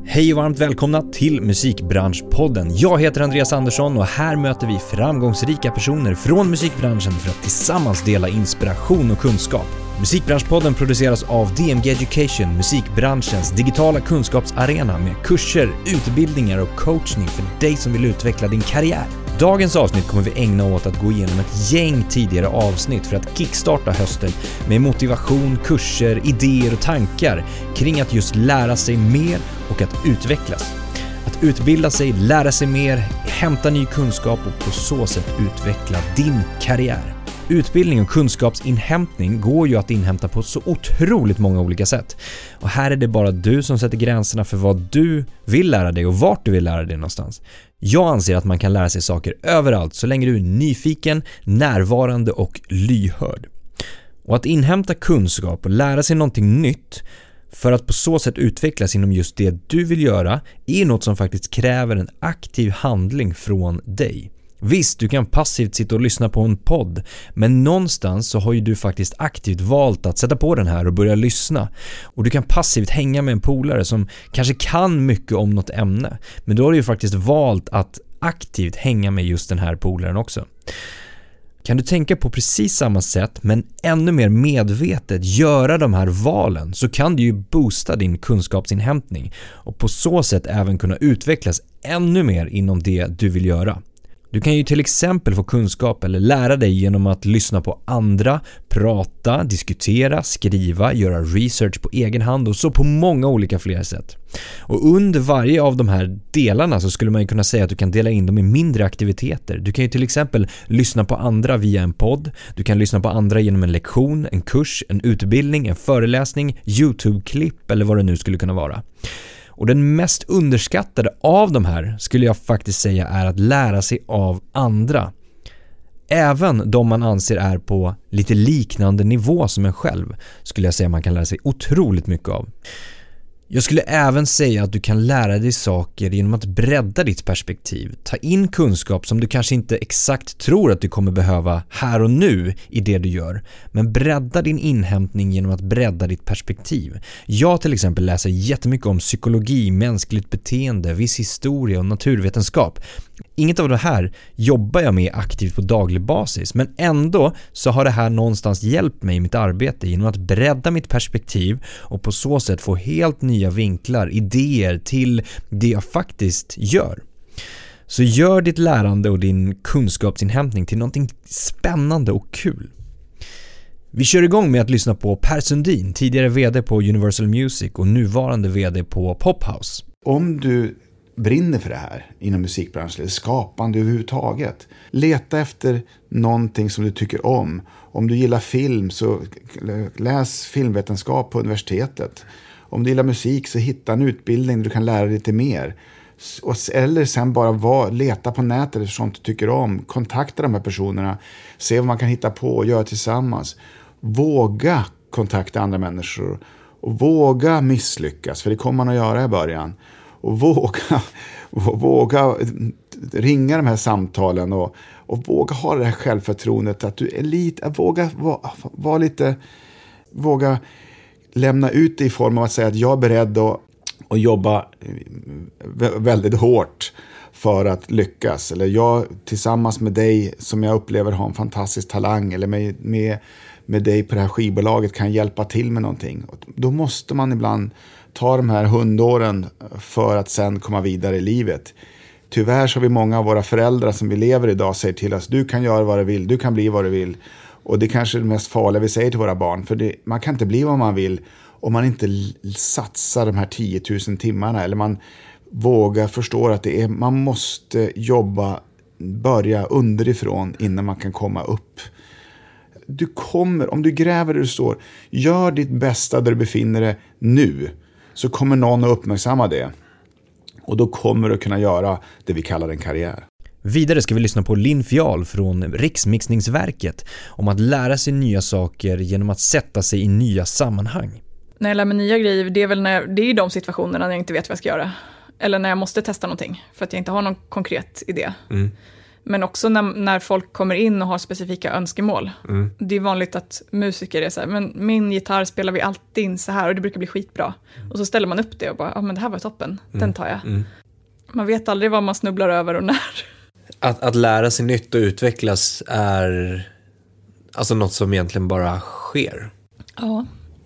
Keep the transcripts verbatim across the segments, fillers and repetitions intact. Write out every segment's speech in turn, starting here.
Hej och varmt välkomna till Musikbranschpodden. Jag heter Andreas Andersson och här möter vi framgångsrika personer från musikbranschen för att tillsammans dela inspiration och kunskap. Musikbranschpodden produceras av D M G Education, musikbranschens digitala kunskapsarena med kurser, utbildningar och coachning för dig som vill utveckla din karriär. Dagens avsnitt kommer vi ägna åt att gå igenom ett gäng tidigare avsnitt för att kickstarta hösten med motivation, kurser, idéer och tankar kring att just lära sig mer och att utvecklas. Att utbilda sig, lära sig mer, hämta ny kunskap och på så sätt utveckla din karriär. Utbildning och kunskapsinhämtning går ju att inhämta på så otroligt många olika sätt. Och här är det bara du som sätter gränserna för vad du vill lära dig och vart du vill lära dig någonstans. Jag anser att man kan lära sig saker överallt så länge du är nyfiken, närvarande och lyhörd. Och att inhämta kunskap och lära sig någonting nytt för att på så sätt utvecklas inom just det du vill göra är något som faktiskt kräver en aktiv handling från dig. Visst, du kan passivt sitta och lyssna på en podd, men någonstans så har ju du faktiskt aktivt valt att sätta på den här och börja lyssna. Och du kan passivt hänga med en polare som kanske kan mycket om något ämne, men då har du ju faktiskt valt att aktivt hänga med just den här polaren också. Kan du tänka på precis samma sätt men ännu mer medvetet göra de här valen så kan du ju boosta din kunskapsinhämtning och på så sätt även kunna utvecklas ännu mer inom det du vill göra. Du kan ju till exempel få kunskap eller lära dig genom att lyssna på andra, prata, diskutera, skriva, göra research på egen hand och så på många olika fler sätt. Och under varje av de här delarna så skulle man ju kunna säga att du kan dela in dem i mindre aktiviteter. Du kan ju till exempel lyssna på andra via en podd, du kan lyssna på andra genom en lektion, en kurs, en utbildning, en föreläsning, YouTube-klipp eller vad det nu skulle kunna vara. Och den mest underskattade av de här skulle jag faktiskt säga är att lära sig av andra. Även de man anser är på lite liknande nivå som en själv skulle jag säga man kan lära sig otroligt mycket av. Jag skulle även säga att du kan lära dig saker genom att bredda ditt perspektiv. Ta in kunskap som du kanske inte exakt tror att du kommer behöva här och nu i det du gör. Men bredda din inhämtning genom att bredda ditt perspektiv. Jag till exempel läser jättemycket om psykologi, mänskligt beteende, viss historia och naturvetenskap. Inget av det här jobbar jag med aktivt på daglig basis, men ändå så har det här någonstans hjälpt mig i mitt arbete genom att bredda mitt perspektiv och på så sätt få helt nya vinklar, idéer till det jag faktiskt gör. Så gör ditt lärande och din kunskapsinhämtning till någonting spännande och kul. Vi kör igång med att lyssna på Per Sundin, tidigare vd på Universal Music och nuvarande vd på Pophouse. Om du brinner för det här inom musikbranschen, skapande överhuvudtaget. Leta efter någonting som du tycker om. Om du gillar film så läs filmvetenskap på universitetet. Om du gillar musik så hitta en utbildning där du kan lära dig lite mer. Eller sen bara var, leta på nätet efter sånt du tycker om. Kontakta de här personerna. Se vad man kan hitta på och göra tillsammans. Våga kontakta andra människor. Och våga misslyckas, för det kommer man att göra i början. Och våga, våga ringa de här samtalen och, och våga ha det här självförtroendet att du är lite, våga vara var lite, våga lämna ut det i form av att säga att jag är beredd att, att jobba väldigt hårt för att lyckas. Eller jag tillsammans med dig som jag upplever har en fantastisk talang eller med, med, med dig på det här skivbolaget kan hjälpa till med någonting. Då måste man ibland ta de här hundåren för att sen komma vidare i livet. Tyvärr så har vi många av våra föräldrar som vi lever idag säger till oss, du kan göra vad du vill, du kan bli vad du vill. Och det är kanske det mest farliga vi säger till våra barn, för det, man kan inte bli vad man vill om man inte satsar de här tio tusen timmarna, eller man vågar förstå att det är, man måste jobba, börja underifrån innan man kan komma upp. Du kommer, om du gräver där du står, gör ditt bästa där du befinner dig nu, så kommer någon att uppmärksamma det. Och då kommer du kunna göra det vi kallar en karriär. Vidare ska vi lyssna på Linn Fial från Riksmixningsverket om att lära sig nya saker genom att sätta sig i nya sammanhang. När jag lär mig nya grejer, det är väl när, det är de situationerna när jag inte vet vad jag ska göra. Eller när jag måste testa någonting för att jag inte har någon konkret idé. Mm. Men också när, när folk kommer in och har specifika önskemål. Mm. Det är vanligt att musiker är så här, men min gitarr spelar vi alltid in så här och det brukar bli skitbra. Mm. Och så ställer man upp det och bara, ja men det här var toppen, mm. den tar jag. Mm. Man vet aldrig vad man snubblar över och när. Att, att lära sig nytt och utvecklas är alltså något som egentligen bara sker. Ja,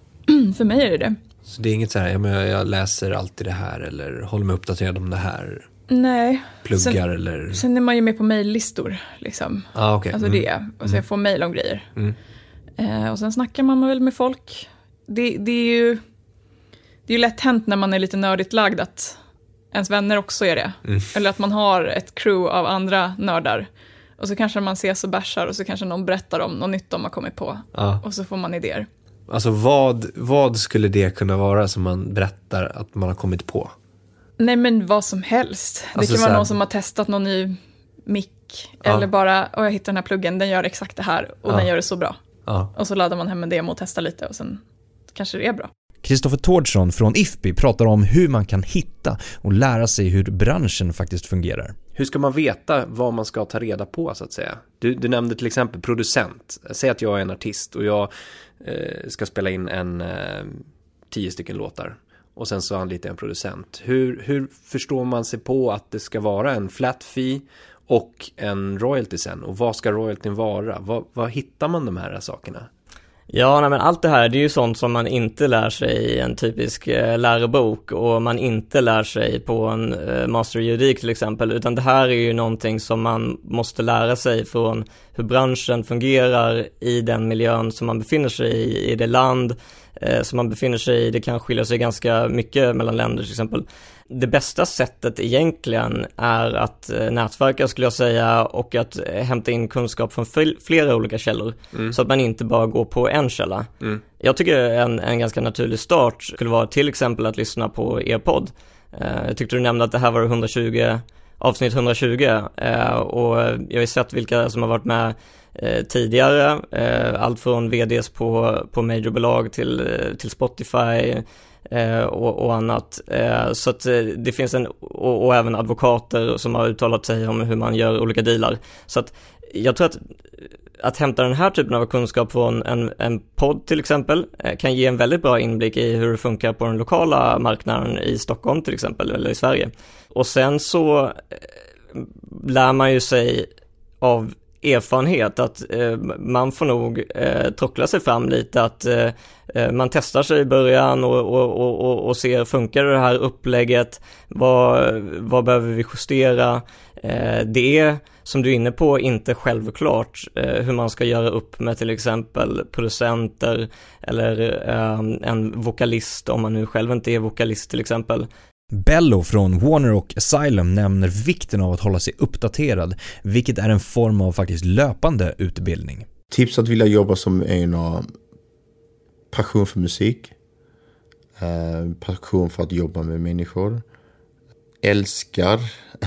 för mig är det det. Så det är inget så här, jag, jag läser alltid det här eller håller mig uppdaterad om det här. Nej. Pluggar sen, eller... Sen är man ju med på mejllistor liksom. Ah, okay. Alltså mm. det. Och så mm. jag får mejl om grejer. Mm. Eh, och sen snackar man väl med folk. Det, det är ju det är ju lätt hänt när man är lite nördigt lagd att ens vänner också är det. Mm. Eller att man har ett crew av andra nördar. Och så kanske man ses och bärsar och så kanske någon berättar om något nytt de har kommit på. Ah. Och så får man idéer. Alltså vad, vad skulle det kunna vara som man berättar att man har kommit på? Nej men vad som helst. Alltså det kan vara här... någon som har testat någon ny mick. Ja. Eller bara, åh jag hittar den här pluggen, den gör exakt det här. Och ja. Den gör det så bra. Ja. Och så laddar man hem en demo och testar lite och sen kanske det är bra. Kristoffer Tårdsson från I F P I pratar om hur man kan hitta och lära sig hur branschen faktiskt fungerar. Hur ska man veta vad man ska ta reda på så att säga? Du, du nämnde till exempel producent. Säg att jag är en artist och jag eh, ska spela in en eh, tio stycken låtar. Och sen så anlitar jag en producent. Hur, hur förstår man sig på att det ska vara en flat fee och en royalty sen? Och vad ska royaltyn vara? Vad, vad hittar man de här sakerna? Ja, nej, men allt det här det är ju sånt som man inte lär sig i en typisk eh, lärobok och man inte lär sig på en eh, masterjuridik till exempel, utan det här är ju någonting som man måste lära sig från hur branschen fungerar i den miljön som man befinner sig i, i det land eh, som man befinner sig i. Det kan skilja sig ganska mycket mellan länder till exempel. Det bästa sättet egentligen är att eh, nätverka skulle jag säga och att eh, hämta in kunskap från fl- flera olika källor mm. så att man inte bara går på en källa. Mm. Jag tycker en, en ganska naturlig start skulle vara till exempel att lyssna på er podd. Eh, jag tyckte du nämnde att det här var hundratjugo, avsnitt hundratjugo eh, och jag har ju sett vilka som har varit med eh, tidigare. Eh, allt från vds på, på majorbolag till, till Spotify Eh, och, och annat. Eh, så att eh, det finns en, och, och även advokater som har uttalat sig om hur man gör olika dealar. Så att jag tror att att hämta den här typen av kunskap från en, en podd till exempel eh, kan ge en väldigt bra inblick i hur det funkar på den lokala marknaden i Stockholm till exempel eller i Sverige. Och sen så eh, lär man ju sig av erfarenhet att eh, man får nog eh, trockla sig fram lite, att eh, man testar sig i början och, och, och, och ser, funkar det här upplägget, vad, vad behöver vi justera. Eh, det är som du är inne på inte självklart eh, hur man ska göra upp med till exempel producenter eller eh, en vokalist om man nu själv inte är vokalist till exempel. Bello från Warner och Asylum nämner vikten av att hålla sig uppdaterad, vilket är en form av faktiskt löpande utbildning. Tips att vilja jobba som en av passion för musik, eh, passion för att jobba med människor, älskar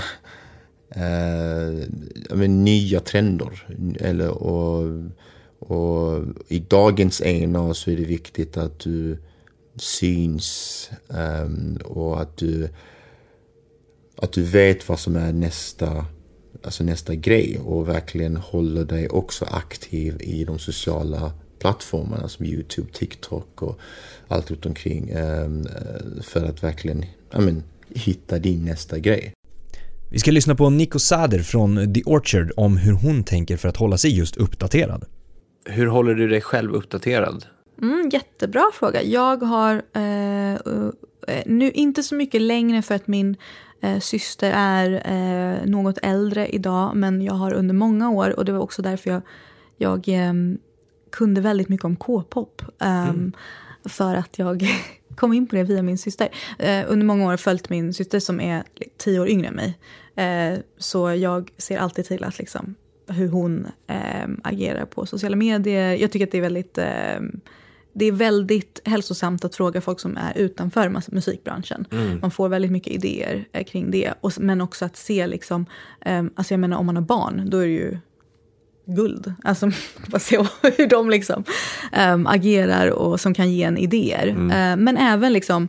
eh, men, nya trender eller, och, och i dagens ena så är det viktigt att du syns um, och att du att du vet vad som är nästa alltså nästa grej och verkligen håller dig också aktiv i de sociala plattformarna som YouTube, TikTok och allt runt omkring um, för att verkligen I mean, hitta din nästa grej. Vi ska lyssna på Nico Sader från The Orchard om hur hon tänker för att hålla sig just uppdaterad. Hur håller du dig själv uppdaterad? Mm, jättebra fråga. Jag har eh, uh, nu inte så mycket längre för att min eh, syster är eh, något äldre idag, men jag har under många år, och det var också därför jag, jag eh, kunde väldigt mycket om K-pop eh, mm. för att jag kom in på det via min syster. Eh, under många år har följt min syster som är tio år yngre än mig. Eh, så jag ser alltid till att liksom hur hon eh, agerar på sociala medier. Jag tycker att det är väldigt eh, det är väldigt hälsosamt att fråga folk som är utanför musikbranschen. Mm. Man får väldigt mycket idéer eh, kring det. Och, men också att se liksom, eh, alltså jag menar om man har barn, då är det ju guld. Alltså bara se hur de liksom eh, agerar och som kan ge en idéer. Mm. Eh, men även liksom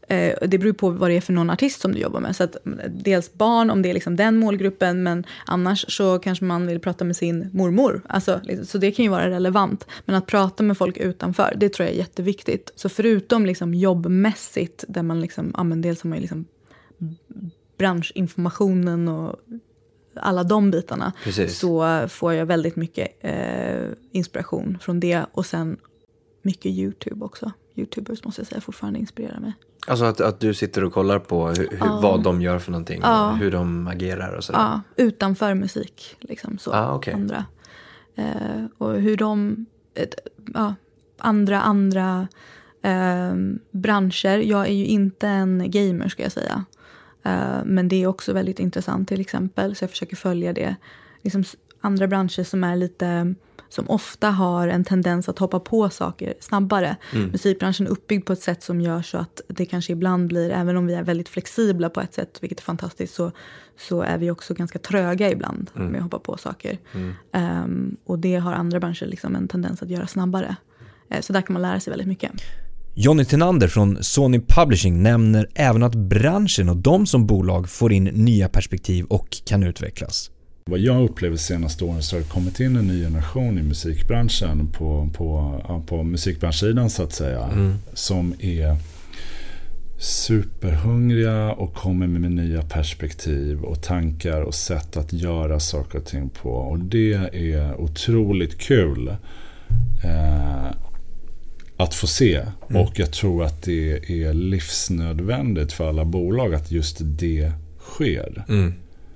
Eh, det beror på vad det är för någon artist som du jobbar med. Så att dels barn, om det är liksom den målgruppen, men annars så kanske man vill prata med sin mormor. Alltså, så det kan ju vara relevant. Men att prata med folk utanför, det tror jag är jätteviktigt. Så förutom liksom jobbmässigt, där man liksom, ja men dels har man ju liksom branschinformationen och alla de bitarna. Precis. Så får jag väldigt mycket eh, inspiration från det. Och sen mycket YouTube också. YouTubers måste jag säga fortfarande inspirerar mig. Alltså att, att du sitter och kollar på hur, hur, ja. vad de gör för någonting. Ja. Och hur de agerar och sådär. Ja, utanför musik. Liksom så. Ah, okay. Andra. Eh, och hur de... Ett, ja, andra, andra eh, branscher. Jag är ju inte en gamer ska jag säga. Uh, men det är också väldigt intressant till exempel. Så jag försöker följa det. Liksom andra branscher som är lite... Som ofta har en tendens att hoppa på saker snabbare. Mm. Musikbranschen är uppbyggd på ett sätt som gör så att det kanske ibland blir... Även om vi är väldigt flexibla på ett sätt, vilket är fantastiskt. Så, så är vi också ganska tröga ibland mm. med att hoppa på saker. Mm. Um, och det har andra branscher liksom en tendens att göra snabbare. Uh, så där kan man lära sig väldigt mycket. Johnny Tinander från Sony Publishing nämner även att branschen och de som bolag får in nya perspektiv och kan utvecklas. Vad jag upplever senaste åren så har det kommit in en ny generation i musikbranschen på, på, ja, på musikbranschsidan så att säga. Mm. Som är superhungriga och kommer med nya perspektiv och tankar och sätt att göra saker och ting på. Och det är otroligt kul. Eh, att få se. Mm. Och jag tror att det är livsnödvändigt för alla bolag att just det sker. Mm.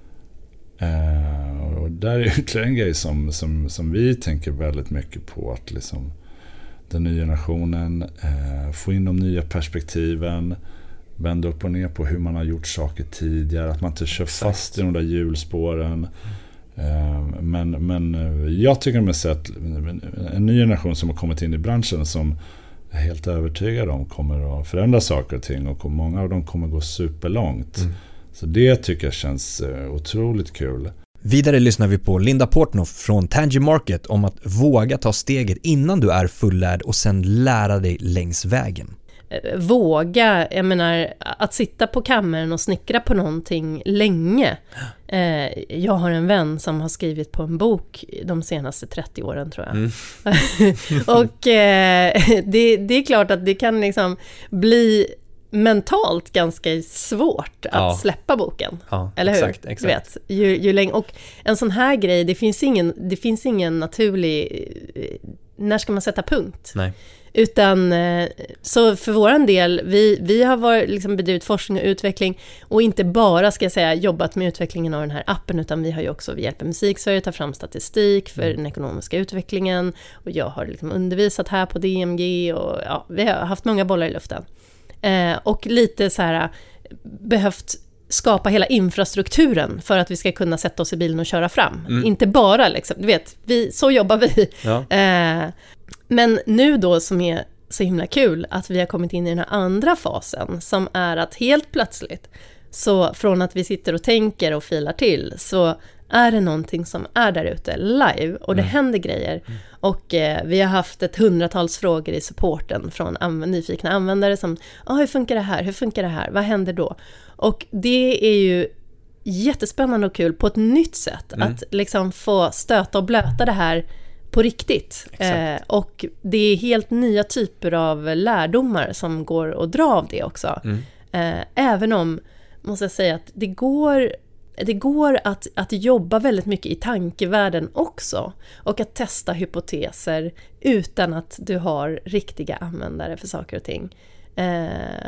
Uh, och där är ytterligare en grej som, som, som vi tänker väldigt mycket på. Att liksom den nya generationen uh, få in de nya perspektiven. Vända upp och ner på hur man har gjort saker tidigare. Att man inte kör fast i de där hjulspåren. Uh, men, men jag tycker med sig att en ny generation som har kommit in i branschen som är helt övertygad om kommer att förändra saker och ting, och många av dem kommer gå superlångt. Mm. Så det tycker jag känns otroligt kul. Vidare lyssnar vi på Linda Portnoff från Tangy Market om att våga ta steget innan du är fullärd och sen lära dig längs vägen. Våga, jag menar att sitta på kammaren och snickra på någonting länge. Eh, jag har en vän som har skrivit på en bok de senaste trettio åren tror jag. Mm. och eh, det, det är klart att det kan liksom bli mentalt ganska svårt att ja. släppa boken. Ja, eller hur? Exakt, exakt. Du vet, ju, ju länge, och en sån här grej, det finns ingen, det finns ingen naturlig, när ska man sätta punkt? Nej. Utan, så för våran del, vi, vi har varit, liksom bedrivit forskning och utveckling och inte bara, ska jag säga, jobbat med utvecklingen av den här appen, utan vi har ju också, vi hjälper Musiksverige att ta fram statistik för mm. den ekonomiska utvecklingen, och jag har liksom undervisat här på D M G, och ja, vi har haft många bollar i luften. Eh, och lite så här behövt skapa hela infrastrukturen för att vi ska kunna sätta oss i bilen och köra fram. Mm. Inte bara liksom, du vet, vi, så jobbar vi. Ja. Eh, men nu då som är så himla kul att vi har kommit in i den här andra fasen som är att helt plötsligt så från att vi sitter och tänker och filar till så är det någonting som är där ute live och det mm. händer grejer. Mm. Och eh, vi har haft ett hundratals frågor i supporten från anv- nyfikna användare som ah, hur funkar det här? Hur funkar det här? Vad händer då? Och det är ju jättespännande och kul på ett nytt sätt mm. att liksom få stöta och blöta det här på riktigt. Eh, och det är helt nya typer av lärdomar som går att dra av det också. Mm. Eh, även om, måste jag säga, att det går... Det går att, att jobba väldigt mycket i tankevärlden också. Och att testa hypoteser utan att du har riktiga användare för saker och ting. Eh,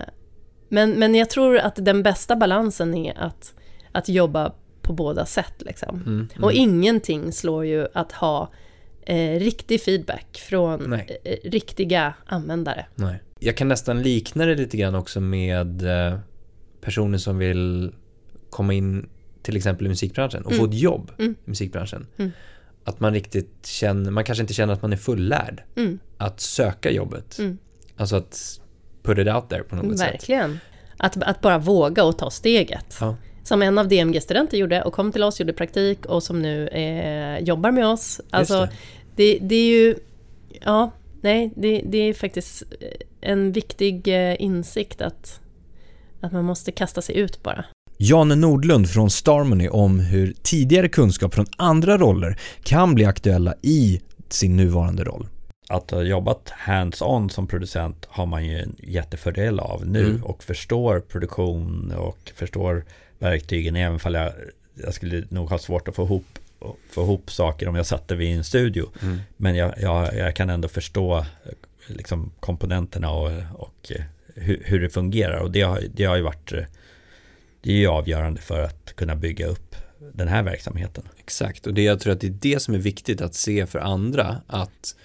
men, men jag tror att den bästa balansen är att, att jobba på båda sätt. Liksom. Mm, mm. Och ingenting slår ju att ha eh, riktig feedback från eh, riktiga användare. Nej. Jag kan nästan likna det lite grann också med eh, personer som vill komma in till exempel i musikbranschen och mm. få ett jobb mm. i musikbranschen. Mm. Att man riktigt känner, man kanske inte känner att man är fullärd mm. att söka jobbet. Mm. Alltså att put it out there på något Verkligen. sätt. Verkligen. Att, att bara våga och ta steget. Ja. Som en av D M G-studenter gjorde och kom till oss, gjorde praktik och som nu eh, jobbar med oss. Alltså det. Det, det är ju ja, nej, det, det är faktiskt en viktig eh, insikt att Att man måste kasta sig ut bara. Jan Nordlund från Starmony om hur tidigare kunskap från andra roller kan bli aktuella i sin nuvarande roll. Att ha jobbat hands-on som producent har man ju en jättefördel av nu mm. och förstår produktion och förstår verktygen, även om jag, jag skulle nog ha svårt att få ihop, få ihop saker om jag satte vid en studio. Mm. Men jag, jag, jag kan ändå förstå liksom komponenterna och, och hur, hur det fungerar, och det har, det har ju varit det är ju avgörande för att kunna bygga upp den här verksamheten. Exakt, och det, jag tror att det är det som är viktigt att se för andra, att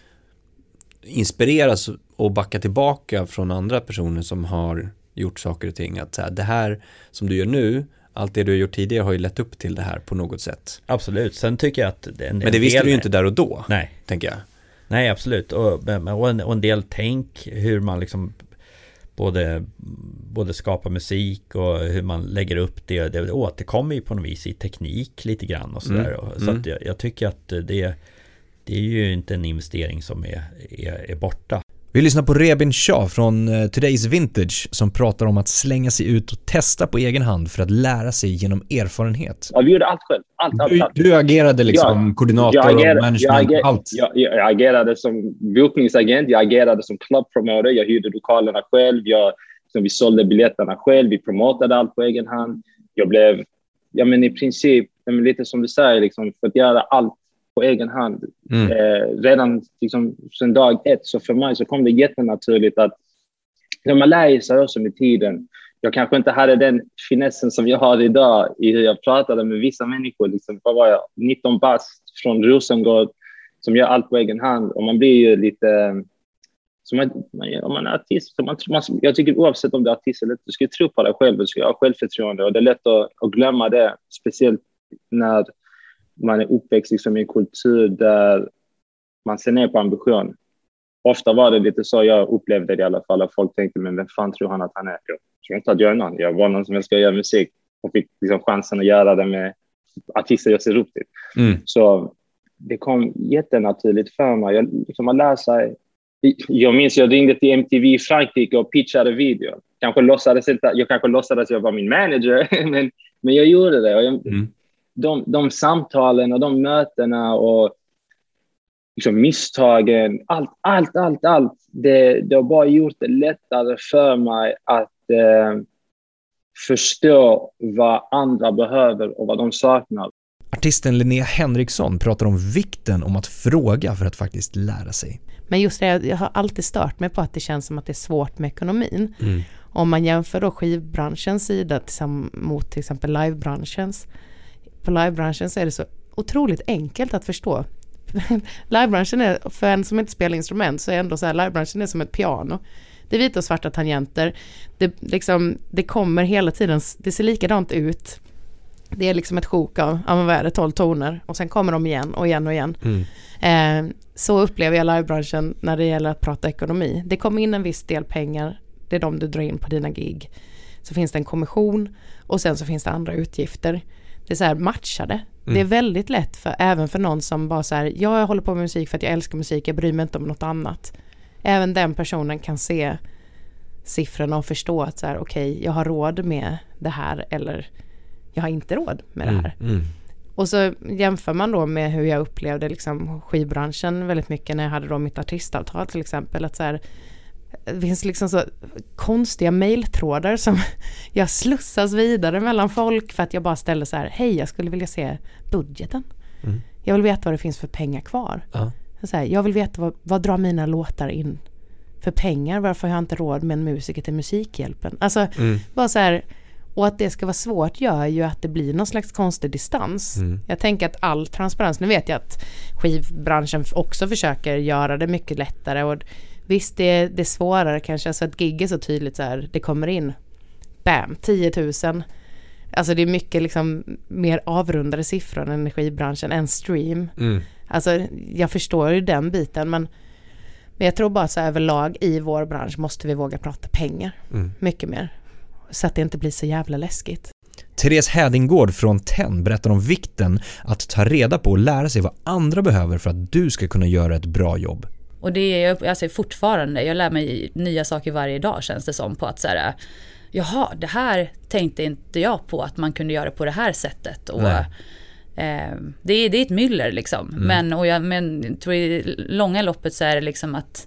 inspireras och backa tillbaka från andra personer som har gjort saker och ting, att så här, det här som du gör nu, allt det du har gjort tidigare har ju lett upp till det här på något sätt. Absolut, sen tycker jag att en, en men det visste du ju inte där och då. Nej, tänker jag. Nej, absolut, och, och, en, och en del tänk hur man liksom både, både skapar musik och hur man lägger upp det, det återkommer ju på något vis i teknik lite grann och sådär. Mm. Så att jag, jag tycker att det, det är ju inte en investering som är, är, är borta. Vi lyssnar på Rebin Shah från Today's Vintage som pratar om att slänga sig ut och testa på egen hand för att lära sig genom erfarenhet. Ja, vi gjorde allt själv. Allt, allt, allt. Du, du agerade liksom ja, koordinator agerade, och management, jag agerade, allt. Jag, jag, jag agerade som bokningsagent, jag agerade som clubpromoter, jag hyrde lokalerna själv, jag, liksom, vi sålde biljetterna själv, vi promotade allt på egen hand. Jag blev, ja men i princip, men lite som du säger, liksom, för att göra allt på egen hand. Mm. Eh, redan liksom, sedan dag ett, så för mig så kom det jättenaturligt att när man lär sig också med tiden. Jag kanske inte hade den finessen som jag har idag i hur jag pratade med vissa människor. Liksom, vad var jag? nitton bast från Rosengård som gör allt på egen hand. Och man blir ju lite... Så man, man, om man är artist, så man, man, jag tycker oavsett om du är artist eller inte, du ska tro på dig själv, du ska ha självförtroende. Och det är lätt att, att glömma det, speciellt när man är uppväxt liksom i en kultur där man ser ner på ambition. Ofta var det lite så jag upplevde det i alla fall. Att folk tänkte, men vem fan tror han att han är? Jag tror inte att jag är någon. Jag var någon som älskar att göra musik och fick liksom chansen att göra det med artister jag ser upp till. Mm. Så det kom jättenaturligt för mig. Jag, liksom, man lär sig. Jag minns jag ringde till M T V i Frankrike och pitchade video. Kanske låtsades inte, jag kanske låtsades att jag var min manager, men, men jag gjorde det. Och jag, mm. de, de samtalen och de mötena och liksom misstagen, allt, allt, allt, allt. Det, det har bara gjort det lättare för mig att eh, förstå vad andra behöver och vad de saknar. Artisten Linnea Henriksson pratar om vikten om att fråga för att faktiskt lära sig. Men just det, jag har alltid stört mig på att det känns som att det är svårt med ekonomin. Mm. Om man jämför då skivbranschens sida mot till exempel livebranschens. På livebranschen så är det så otroligt enkelt att förstå. Livebranschen är, för en som inte spelar instrument, så är ändå så här, livebranschen är som ett piano. Det är vita och svarta tangenter. Det, liksom, det kommer hela tiden, det ser likadant ut. Det är liksom ett sjok av, av vad är det, tolv toner. Och sen kommer de igen och igen och igen. Mm. Eh, så upplever jag livebranschen när det gäller att prata ekonomi. Det kommer in en viss del pengar. Det är de du drar in på dina gig. Så finns det en kommission. Och sen så finns det andra utgifter. Det är så här matchade. Mm. Det är väldigt lätt för, även för någon som bara så här, jag håller på med musik för att jag älskar musik. Jag bryr mig inte om något annat. Även den personen kan se siffrorna och förstå att så här, okej, okay, jag har råd med det här eller jag har inte råd med det här. Mm, mm. Och så jämför man då med hur jag upplevde liksom skivbranschen väldigt mycket när jag hade då mitt artistavtal till exempel. Att så här, det finns liksom så konstiga mejltrådar som jag slussas vidare mellan folk för att jag bara ställer så här, hej, jag skulle vilja se budgeten. Mm. Jag vill veta vad det finns för pengar kvar. Ja. Så här, jag vill veta vad, vad drar mina låtar in för pengar. Varför har jag inte råd med en musiker till Musikhjälpen? Alltså, mm. bara så här. Och att det ska vara svårt gör ju att det blir någon slags konstig distans. Mm. Jag tänker att all transparens, nu vet jag att skivbranschen också försöker göra det mycket lättare. Och visst, det, det är svårare kanske, så att gig är så tydligt så här, det kommer in, bam, tio tusen. Alltså det är mycket liksom mer avrundade siffror än skivbranschen, en stream. Mm. Alltså jag förstår ju den biten, men, men jag tror bara så överlag i vår bransch måste vi våga prata pengar. Mm. Mycket mer. Så att det inte blir så jävla läskigt. Therese Hädingård från Ten berättar om vikten att ta reda på och lära sig vad andra behöver för att du ska kunna göra ett bra jobb. Och det är alltså fortfarande, jag lär mig nya saker varje dag känns det som, på att så här, jaha, det här tänkte inte jag på att man kunde göra på det här sättet. Och eh, det, är, det är ett myller liksom. Mm. Men, och jag, men jag tror i långa loppet så är det liksom att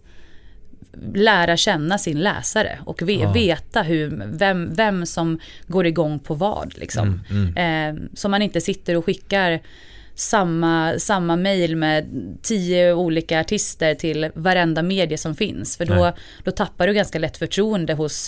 lära känna sin läsare och ve- ja. veta hur, vem, vem som går igång på vad liksom. Mm, mm. Eh, så man inte sitter och skickar samma, samma mejl med tio olika artister till varenda medie som finns. För då, då tappar du ganska lätt förtroende hos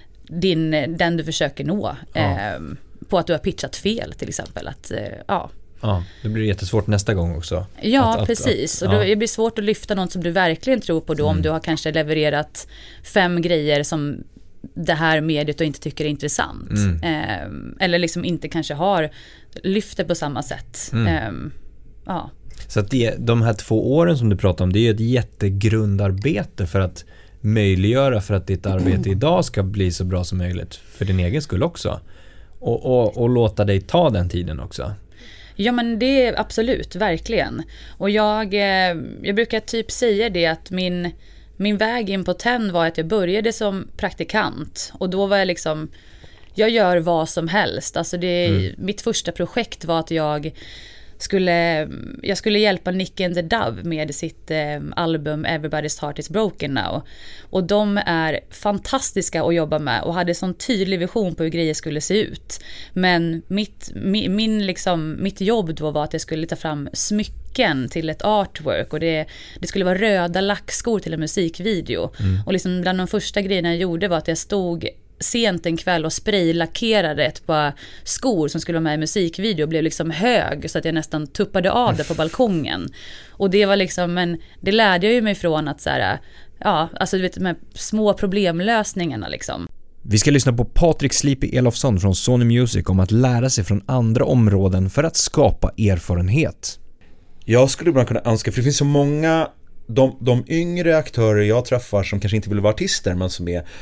din, den du försöker nå. Ja. Eh, på att du har pitchat fel till exempel. Att, eh, ja. Ja, det blir jättesvårt nästa gång också. Ja, att, precis. Att, att, ja. Och det blir svårt att lyfta något som du verkligen tror på då. Mm. Om du har kanske levererat fem grejer som det här mediet och inte tycker är intressant. Mm. Eh, eller liksom inte kanske har lyfter på samma sätt. Mm. Eh, ja. Så att det, de här två åren som du pratar om, det är ett jättegrundarbete för att möjliggöra för att ditt arbete mm. idag ska bli så bra som möjligt. För din egen skull också. Och, och, och låta dig ta den tiden också. Ja, men det är absolut, verkligen. Och jag, eh, jag brukar typ säga det att min, min väg in på TEN var att jag började som praktikant. Och då var jag liksom, jag gör vad som helst. Alltså det, mm. mitt första projekt var att jag skulle, jag skulle hjälpa Nick and the Dove med sitt eh, album Everybody's Heart is Broken Now. Och de är fantastiska att jobba med och hade sån tydlig vision på hur grejer skulle se ut. Men mitt, min, min liksom, mitt jobb då var att jag skulle ta fram smycken till ett artwork och det, det skulle vara röda lackskor till en musikvideo. Mm. Och liksom bland de första grejerna jag gjorde var att jag stod sent en kväll och spraylackerade ett par skor som skulle vara med i musikvideo och blev liksom hög så att jag nästan tuppade av det på balkongen. Och det var liksom, men det lärde jag ju mig från att så här, ja, alltså du vet, de här små problemlösningarna liksom. Vi ska lyssna på Patrik Sleepy Elofsson från Sony Music om att lära sig från andra områden för att skapa erfarenhet. Jag skulle bara kunna önska, för det finns så många de, de yngre aktörer jag träffar som kanske inte vill vara artister men som är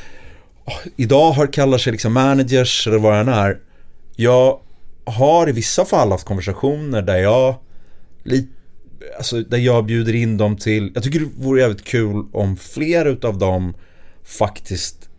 idag har kallar sig liksom managers eller vad det är. Jag har i vissa fall haft konversationer där jag lite, alltså där jag bjuder in dem till, jag tycker det vore jävligt kul om fler utav dem faktiskt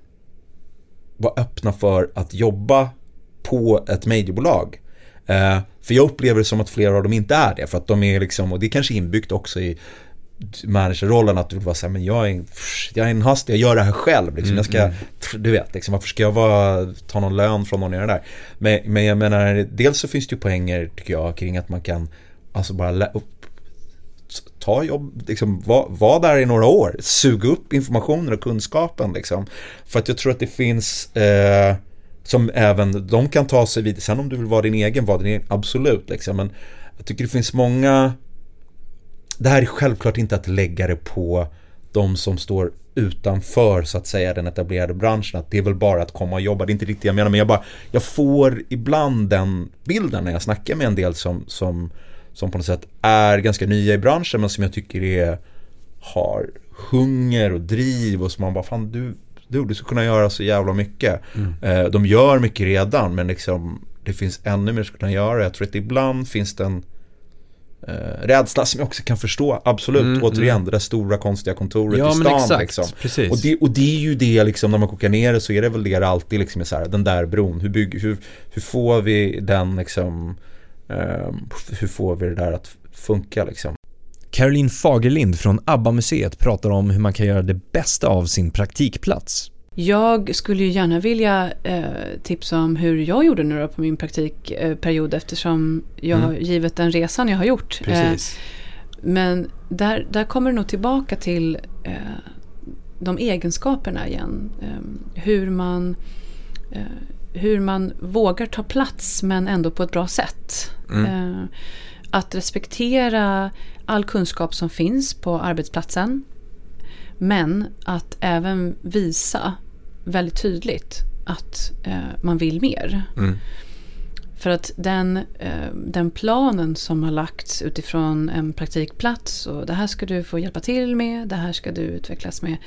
var öppna för att jobba på ett mediebolag. Eh, för jag upplever det som att flera av dem inte är det, för att de är liksom, och det är kanske inbyggt också i managerrollen att du vill vara så här, men jag är, jag är en hast, jag gör det här själv liksom. Mm, jag ska, mm. du vet, liksom, varför ska jag vara, ta någon lön från någon i det där? Men, men jag menar, dels så finns det ju poänger tycker jag kring att man kan alltså bara lä- upp, ta jobb, liksom, vara var där i några år, suga upp informationen och kunskapen liksom. För att jag tror att det finns eh, som även de kan ta sig vid, sen om du vill vara din egen, vara din egen, absolut liksom. Men jag tycker det finns många. Det här är självklart inte att lägga det på de som står utanför så att säga den etablerade branschen, att det är väl bara att komma och jobba, det är inte riktigt jag menar, men jag bara, jag får ibland den bilden när jag snackar med en del som, som, som på något sätt är ganska nya i branschen men som jag tycker är, har hunger och driv och som man bara, fan du, du, du ska kunna göra så jävla mycket. Mm. Eh, de gör mycket redan men liksom, det finns ännu mer att kunna göra. Jag tror att ibland finns det en Uh, rädsla som jag också kan förstå, absolut, mm, återigen mm. det där stora konstiga kontoret ja, i stan exakt, liksom. Och, det, och det är ju det liksom, när man kokar ner det så är det väl det det alltid liksom är så här, den där bron, hur, bygger, hur, hur får vi den liksom, uh, hur får vi det där att funka liksom. Caroline Fagerlind från ABBA-museet pratar om hur man kan göra det bästa av sin praktikplats. Jag skulle ju gärna vilja eh, tipsa om hur jag gjorde nu då på min praktikperiod eh, eftersom jag mm. har givet den resan jag har gjort. Precis. Eh, men där, där kommer det nog tillbaka till eh, de egenskaperna igen. Eh, hur man eh, hur man vågar ta plats men ändå på ett bra sätt. Mm. Eh, att respektera all kunskap som finns på arbetsplatsen. Men att även visa väldigt tydligt att eh, man vill mer. Mm. För att den, eh, den planen som har lagts utifrån en praktikplats och det här ska du få hjälpa till med, det här ska du utvecklas med.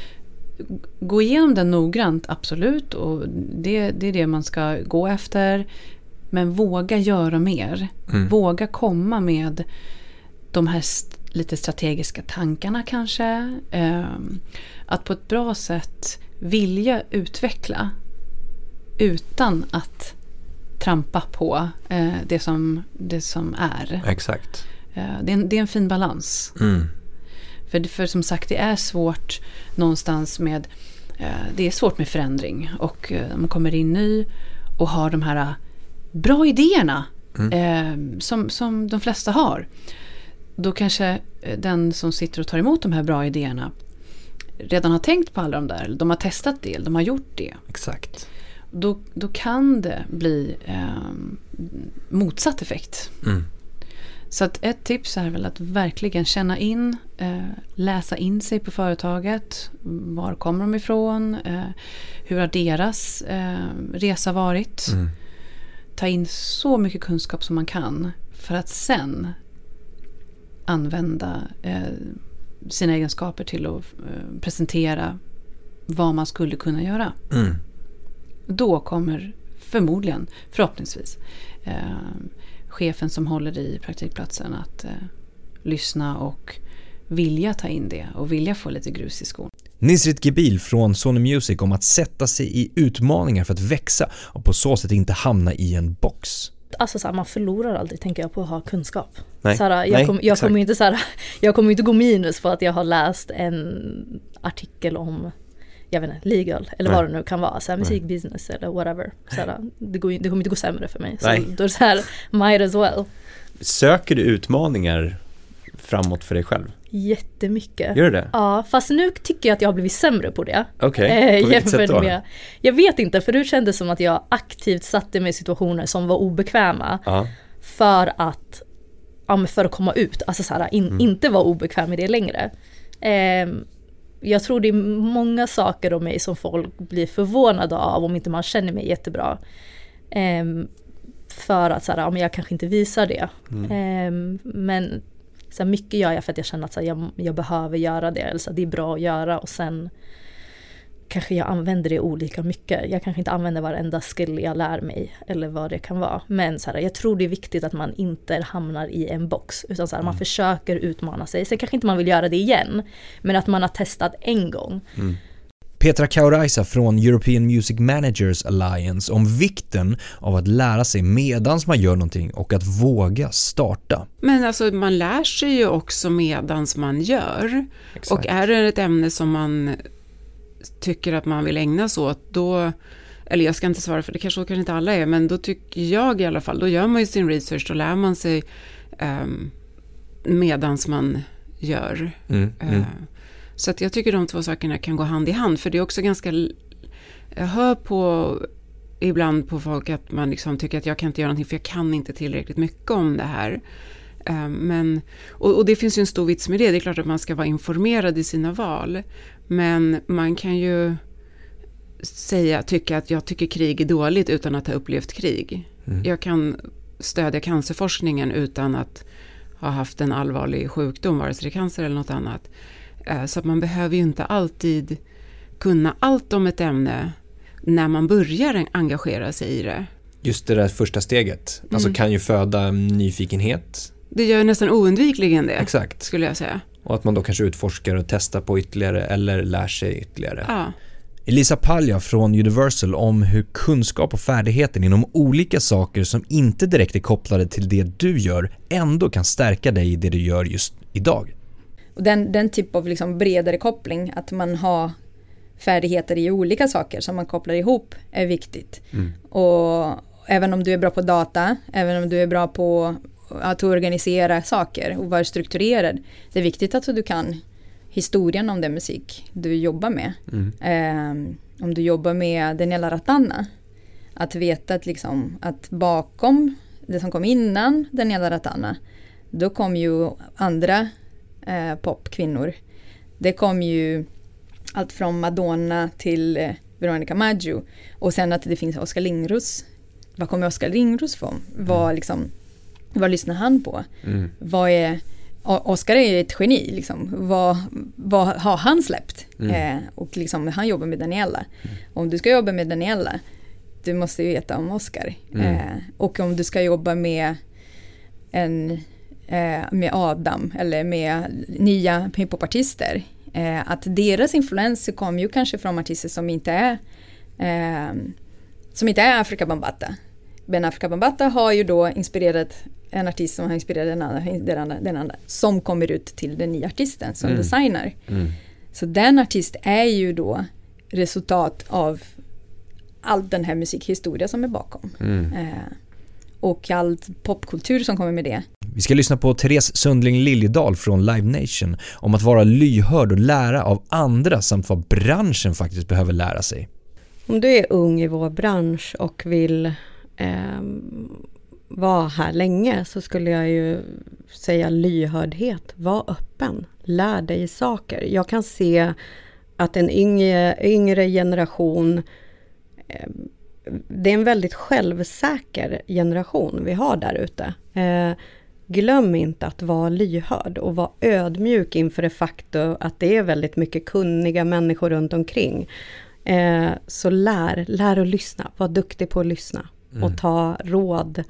Gå igenom den noggrant, absolut. Och det, det är det man ska gå efter. Men våga göra mer. Mm. Våga komma med de här st- lite strategiska tankarna kanske. Eh, att på ett bra sätt vilja utveckla utan att trampa på eh, det, som, det som är. Exakt. Eh, det, är en, det är en fin balans. Mm. För, för som sagt, det är svårt någonstans med eh, det är svårt med förändring och eh, man kommer in ny och har de här bra idéerna mm. eh, som, som de flesta har. Då kanske den som sitter och tar emot de här bra idéerna redan har tänkt på alla de där, de har testat det, de har gjort det. Exakt. Då, då kan det bli eh, motsatt effekt. Mm. Så att ett tips är väl att verkligen känna in, eh, läsa in sig på företaget. Var kommer de ifrån? Eh, hur har deras eh, resa varit? Mm. Ta in så mycket kunskap som man kan för att sen använda eh, sina egenskaper till att eh, presentera vad man skulle kunna göra. Mm. Då kommer förmodligen, förhoppningsvis, eh, chefen som håller i praktikplatsen att eh, lyssna och vilja ta in det och vilja få lite grus i skon. Nisrit Gebil från Sony Music om att sätta sig i utmaningar för att växa och på så sätt inte hamna i en box. Alltså så här, man förlorar aldrig, tänker jag, på att ha kunskap. Nej. Så här, jag, Nej, kom, jag kommer inte så här, jag kommer inte gå minus för att jag har läst en artikel om, jag vet inte, legal eller Nej. Vad det nu kan vara, så här, musikbusiness eller whatever. Så här, det, går, det kommer inte gå sämre för mig. Så Nej. då är det så här, might as well. Söker du utmaningar framåt för dig själv? Jättemycket. Gör du det? Ja, fast nu tycker jag att jag har blivit sämre på det. Okej, okay. På vilket sätt då? Med, jag vet inte, för det kändes som att jag aktivt satte mig i situationer som var obekväma uh-huh. för att ja, för att komma ut, alltså så här, in, mm. inte vara obekväm med det längre. Eh, jag tror det är många saker om mig som folk blir förvånade av om inte man känner mig jättebra. Eh, för att så här, ja, men jag kanske inte visar det. Mm. Eh, men så här, mycket gör jag för att jag känner att så här, jag, jag behöver göra det. Eller så här, det är bra att göra och sen kanske jag använder det olika mycket. Jag kanske inte använder varenda skill jag lär mig eller vad det kan vara. Men så här, jag tror det är viktigt att man inte hamnar i en box. Utan så här, mm. man försöker utmana sig. Sen kanske inte man vill göra det igen. Men att man har testat en gång. Mm. Petra Kauraisa från European Music Managers Alliance om vikten av att lära sig medans man gör någonting och att våga starta. Men alltså man lär sig ju också medans man gör. Exakt. Och är det ett ämne som man tycker att man vill ägna sig åt, då, eller jag ska inte svara för det kanske, kanske inte alla är, men då tycker jag i alla fall, då gör man ju sin research, då lär man sig um, medans man gör. Mm, uh, mm. Så att jag tycker de två sakerna kan gå hand i hand, för det är också ganska, jag hör på ibland på folk att man liksom tycker att jag kan inte göra någonting för jag kan inte tillräckligt mycket om det här. Um, men, och, och det finns ju en stor vits med det, det är klart att man ska vara informerad i sina val, men man kan ju säga, tycka att jag tycker krig är dåligt utan att ha upplevt krig. Mm. Jag kan stödja cancerforskningen utan att ha haft en allvarlig sjukdom, vare sig det är cancer eller något annat. Så att man behöver ju inte alltid kunna allt om ett ämne när man börjar engagera sig i det. Just det där första steget. Mm. Alltså kan ju föda nyfikenhet. Det gör nästan oundvikligen det. Exakt. Skulle jag säga. Och att man då kanske utforskar och testar på ytterligare eller lär sig ytterligare. Ja. Elisa Palja från Universal om hur kunskap och färdigheter inom olika saker som inte direkt är kopplade till det du gör ändå kan stärka dig i det du gör just idag. Den, den typ av liksom bredare koppling, att man har färdigheter i olika saker som man kopplar ihop, är viktigt. Mm. Och även om du är bra på data, även om du är bra på att organisera saker och vara strukturerad, det är viktigt att du kan historien om den musik du jobbar med. Mm. Eh, om du jobbar med Daniela Ratana, att veta att, liksom, att bakom det som kom innan Daniela Ratana, då kom ju andra eh, popkvinnor. Det kom ju allt från Madonna till eh, Veronica Maggio, och sen att det finns Oskar Lindros. Vad kommer Oskar Lindros från? Vad, liksom, vad lyssnar han på? Mm. Vad är Oskar är ju ett geni, liksom. Vad, vad har han släppt? Mm. Eh, och liksom, han jobbar med Daniela. Mm. Om du ska jobba med Daniela, du måste ju veta om Oskar. Mm. Eh, och om du ska jobba med en eh, med Adam eller med nya hiphopartister, eh, att deras influenser kommer ju kanske från artister som inte är eh, som inte är Afrika Bambaataa. Ben Afrika Bambaataa har ju då inspirerat en artist som har inspirerat den andra, den andra, den andra som kommer ut till den nya artisten som Mm. designer. Mm. Så den artist är ju då resultat av all den här musikhistoria som är bakom. Mm. Eh, och all popkultur som kommer med det. Vi ska lyssna på Therese Sundling Liljedahl från Live Nation om att vara lyhörd och lära av andra samt vad branschen faktiskt behöver lära sig. Om du är ung i vår bransch och vill eh, vara här länge så skulle jag ju säga lyhördhet. Var öppen. Lär dig saker. Jag kan se att en yngre, yngre generation eh, det är en väldigt självsäker generation vi har där ute. Eh, glöm inte att vara lyhörd och vara ödmjuk inför det faktum att det är väldigt mycket kunniga människor runt omkring. Eh, så lär, lär att lyssna. Var duktig på att lyssna. Mm. Och ta råd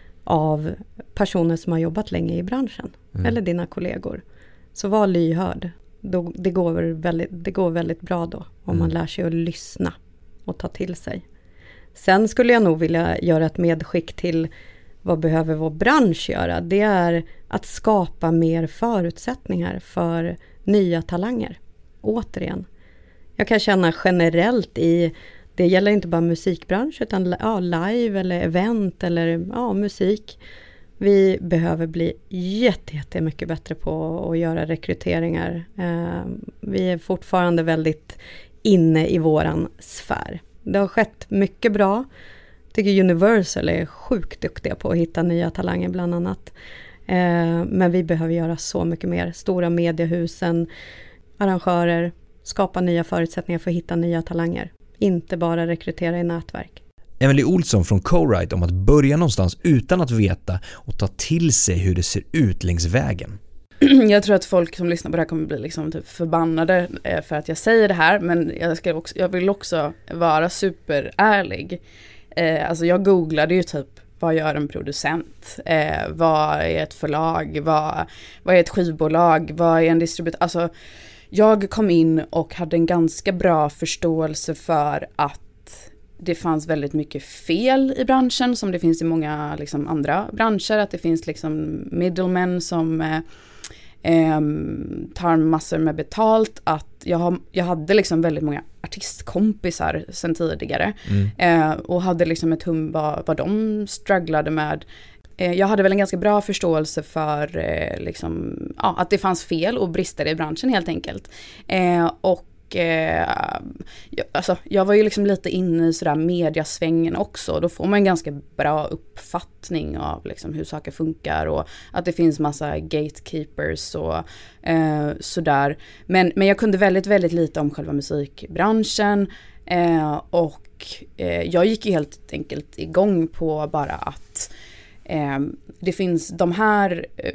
av personer som har jobbat länge i branschen. Mm. Eller dina kollegor. Så var lyhörd. Då, det, går väldigt, det går väldigt bra då. Om mm. man lär sig att lyssna och ta till sig. Sen skulle jag nog vilja göra ett medskick till vad behöver vår bransch göra. Det är att skapa mer förutsättningar för nya talanger. Återigen. Jag kan känna generellt i, det gäller inte bara musikbransch utan ja, live eller event eller ja, musik. Vi behöver bli jätte, jätte mycket bättre på att göra rekryteringar. Eh, vi är fortfarande väldigt inne i våran sfär. Det har skett mycket bra. Jag tycker Universal är sjukt duktiga på att hitta nya talanger bland annat. Eh, men vi behöver göra så mycket mer. Stora mediehusen, arrangörer, skapa nya förutsättningar för att hitta nya talanger. Inte bara rekrytera i nätverk. Emily Olsson från Co-Write om att börja någonstans utan att veta och ta till sig hur det ser ut längs vägen. Jag tror att folk som lyssnar på det här kommer bli liksom typ förbannade för att jag säger det här, men jag, ska också, jag vill också vara superärlig. Eh, alltså jag googlade ju typ, vad gör en producent? Eh, vad är ett förlag? Vad, vad är ett skivbolag? Vad är en distributör? Alltså jag kom in och hade en ganska bra förståelse för att det fanns väldigt mycket fel i branschen som det finns i många liksom, andra branscher. Att det finns liksom middlemen som eh, eh, tar massor med betalt. Att jag, har, jag hade liksom väldigt många artistkompisar sedan tidigare. Mm. Eh, och hade liksom ett hum vad, vad de strugglade med. Eh, jag hade väl en ganska bra förståelse för eh, liksom, ja, att det fanns fel och brister i branschen helt enkelt. Eh, och Eh, jag, alltså, jag var ju liksom lite inne i sådär mediasvängen också. Då får man en ganska bra uppfattning av liksom hur saker funkar och att det finns massa gatekeepers och eh, sådär. Men, men jag kunde väldigt, väldigt lite om själva musikbranschen eh, och eh, jag gick ju helt enkelt igång på bara att Eh, det finns de här eh,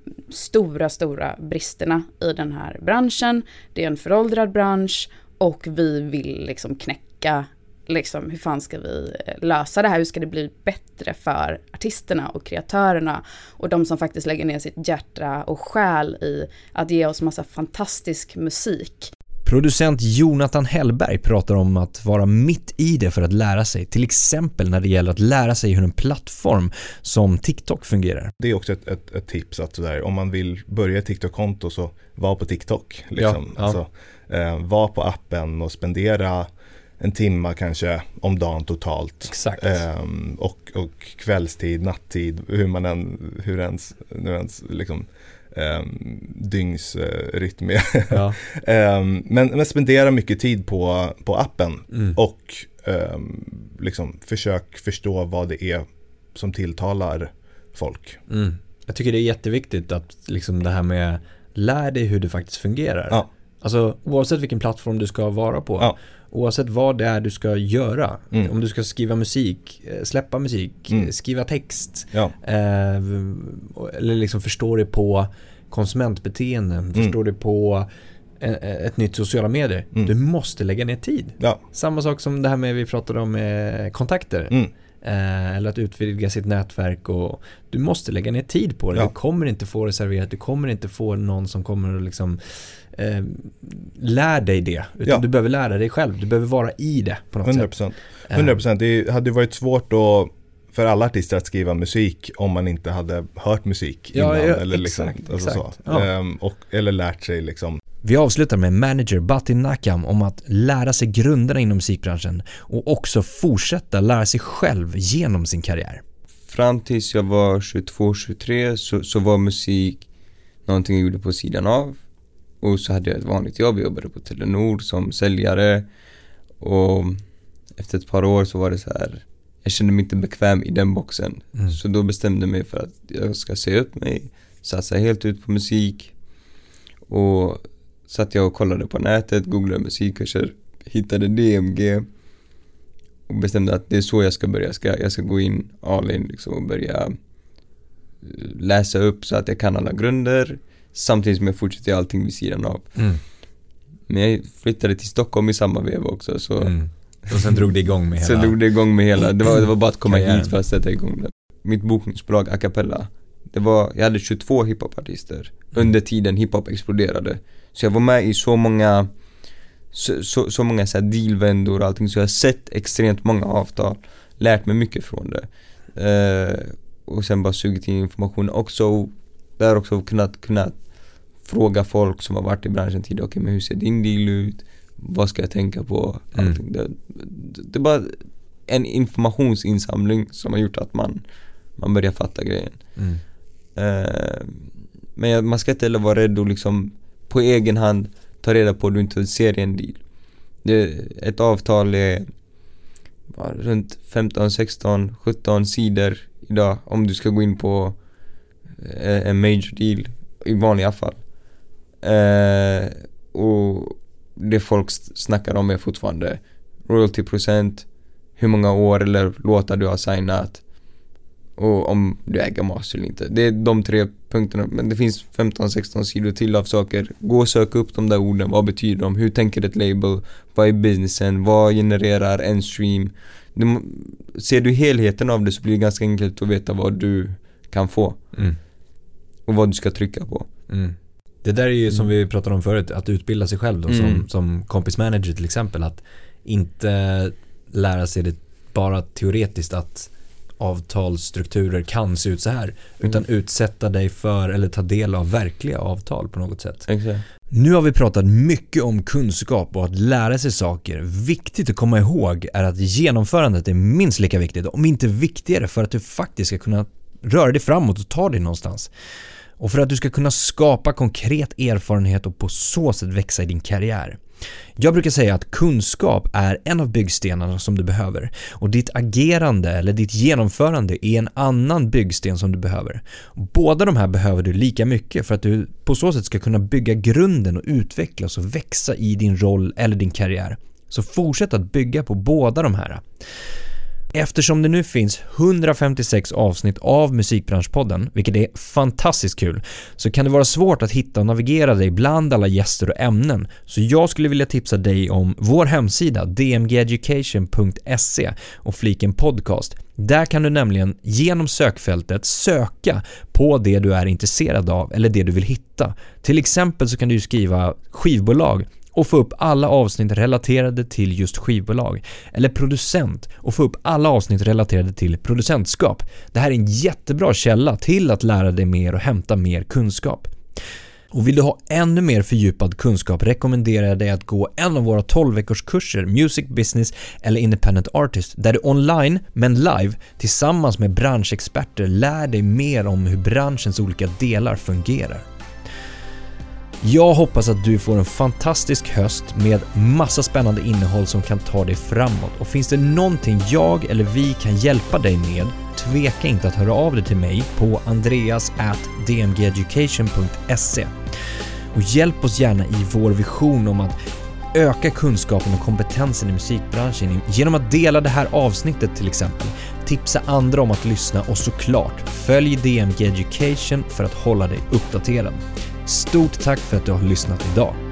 stora, stora bristerna i den här branschen. Det är en föråldrad bransch och vi vill liksom knäcka liksom, hur fan ska vi lösa det här? Hur ska det bli bättre för artisterna och kreatörerna och de som faktiskt lägger ner sitt hjärta och själ i att ge oss massa fantastisk musik. Producent Jonathan Hellberg pratar om att vara mitt i det för att lära sig. Till exempel när det gäller att lära sig hur en plattform som TikTok fungerar. Det är också ett, ett, ett tips att sådär, om man vill börja ett TikTok-konto så var på TikTok. Liksom. Ja, ja. Alltså, eh, var på appen och spendera en timma kanske om dagen totalt. Exakt. Eh, och, och kvällstid, nattid, hur man än, hur ens, nu ens liksom Um, dygnsrytm. Uh, ja. um, men, men spendera mycket tid på, på appen mm. och um, liksom försök förstå vad det är som tilltalar folk. Mm. Jag tycker det är jätteviktigt att liksom det här med lär dig hur det faktiskt fungerar. Ja. Alltså oavsett vilken plattform du ska vara på. Ja. Oavsett vad det är du ska göra. Mm. Om du ska skriva musik, släppa musik, mm. skriva text. Ja. Eh, eller liksom förstå det på konsumentbeteenden. Mm. Förstå det på ett, ett nytt sociala medier. Mm. Du måste lägga ner tid. Ja. Samma sak som det här med vi pratade om eh, kontakter. Mm. Eh, eller att utvidga sitt nätverk. Och du måste lägga ner tid på det. Ja. Du kommer inte få det serverat. Du kommer inte få någon som kommer och liksom eh, lär dig det, utan Ja. du behöver lära dig själv, du behöver vara i det på något hundra procent. sätt. hundra procent. Det hade varit svårt då för alla artister att skriva musik om man inte hade hört musik Ja, innan ja, eller exakt, liksom, alltså exakt. så. Ja. Ehm, och, eller lärt sig liksom. Vi avslutar med manager Batin Nakam om att lära sig grunderna inom musikbranschen och också fortsätta lära sig själv genom sin karriär. Fram tills jag var tjugotvå tjugotre så, så var musik någonting jag gjorde på sidan av. Och så hade jag ett vanligt jobb, jag jobbade på Telenor som säljare. Och efter ett par år så var det så här, jag kände mig inte bekväm i den boxen. Mm. Så då bestämde jag mig för att jag ska se upp mig, satsa helt ut på musik. Och satt jag och kollade på nätet, googlade musikkurser, hittade D M G och bestämde att det är så jag ska börja. Jag ska, jag ska gå in all in liksom och börja läsa upp så att jag kan alla grunder samtidigt som jag fortsätter allting vid sidan av. Mm. Men jag flyttade till Stockholm i samma veva också. Så mm. Och sen drog det igång med hela... Sen drog det igång med hela. Det var, det var bara att komma karriären. hit för att sätta igång det. Mitt bokningsbolag A Cappella, det var, jag hade tjugotvå hiphopartister mm. under tiden hiphop exploderade. Så jag var med i så många så, så, så många så här dealvändor och allting. Så jag har sett extremt många avtal, lärt mig mycket från det. Eh, och sen bara sugit in information. Också, där också kunnat, kunnat fråga folk som har varit i branschen tidigare. Okej, men hur ser din deal ut? Vad ska jag tänka på? Allting. Mm. Det, det, det är bara en informationsinsamling som har gjort att man, man börjar fatta grejen. Mm. Eh, men jag, man ska inte heller vara rädd och liksom på egen hand ta reda på att du inte ser en deal. Det, ett avtal är ja, runt femton, sexton, sjutton sidor idag om du ska gå in på eh, en major deal i vanliga fall. Eh, och det folk snackar om är fortfarande royalty procent, hur många år eller låtar du har signat och om du äger master eller inte. Det är de tre punkterna, men det finns femton sexton sidor till av saker. Gå och sök upp de där orden, vad betyder de, hur tänker ett label, vad är businessen, vad genererar en stream. Det, ser du helheten av det så blir det ganska enkelt att veta vad du kan få mm. och vad du ska trycka på. Mm. Det där är ju som vi pratade om förut, att utbilda sig själv då, mm. som, som kompismanager till exempel, att inte lära sig det bara teoretiskt att avtalsstrukturer kan se ut så här, utan mm. utsätta dig för eller ta del av verkliga avtal på något sätt. Exakt. Nu har vi pratat mycket om kunskap och att lära sig saker. Viktigt att komma ihåg är att genomförandet är minst lika viktigt, om inte viktigare, för att du faktiskt ska kunna röra dig framåt och ta dig någonstans. Och för att du ska kunna skapa konkret erfarenhet och på så sätt växa i din karriär. Jag brukar säga att kunskap är en av byggstenarna som du behöver, och ditt agerande eller ditt genomförande är en annan byggsten som du behöver. Båda de här behöver du lika mycket för att du på så sätt ska kunna bygga grunden och utvecklas och växa i din roll eller din karriär. Så fortsätt att bygga på båda de här. Eftersom det nu finns hundrafemtiosex avsnitt av Musikbranschpodden, vilket är fantastiskt kul, så kan det vara svårt att hitta och navigera dig bland alla gäster och ämnen. Så jag skulle vilja tipsa dig om vår hemsida d m g education punkt se och fliken podcast. Där kan du nämligen genom sökfältet söka på det du är intresserad av eller det du vill hitta. Till exempel så kan du skriva skivbolag och få upp alla avsnitt relaterade till just skivbolag, eller producent och få upp alla avsnitt relaterade till producentskap. Det här är en jättebra källa till att lära dig mer och hämta mer kunskap. Och vill du ha ännu mer fördjupad kunskap rekommenderar jag dig att gå en av våra tolv veckors kurser, Music Business eller Independent Artist, där du online men live tillsammans med branschexperter lär dig mer om hur branschens olika delar fungerar. Jag hoppas att du får en fantastisk höst med massa spännande innehåll som kan ta dig framåt. Och finns det någonting jag eller vi kan hjälpa dig med, tveka inte att höra av dig till mig på andreas at d m g education punkt se. Och hjälp oss gärna i vår vision om att öka kunskapen och kompetensen i musikbranschen genom att dela det här avsnittet till exempel. Tipsa andra om att lyssna och såklart följ D M G Education för att hålla dig uppdaterad. Stort tack för att du har lyssnat idag.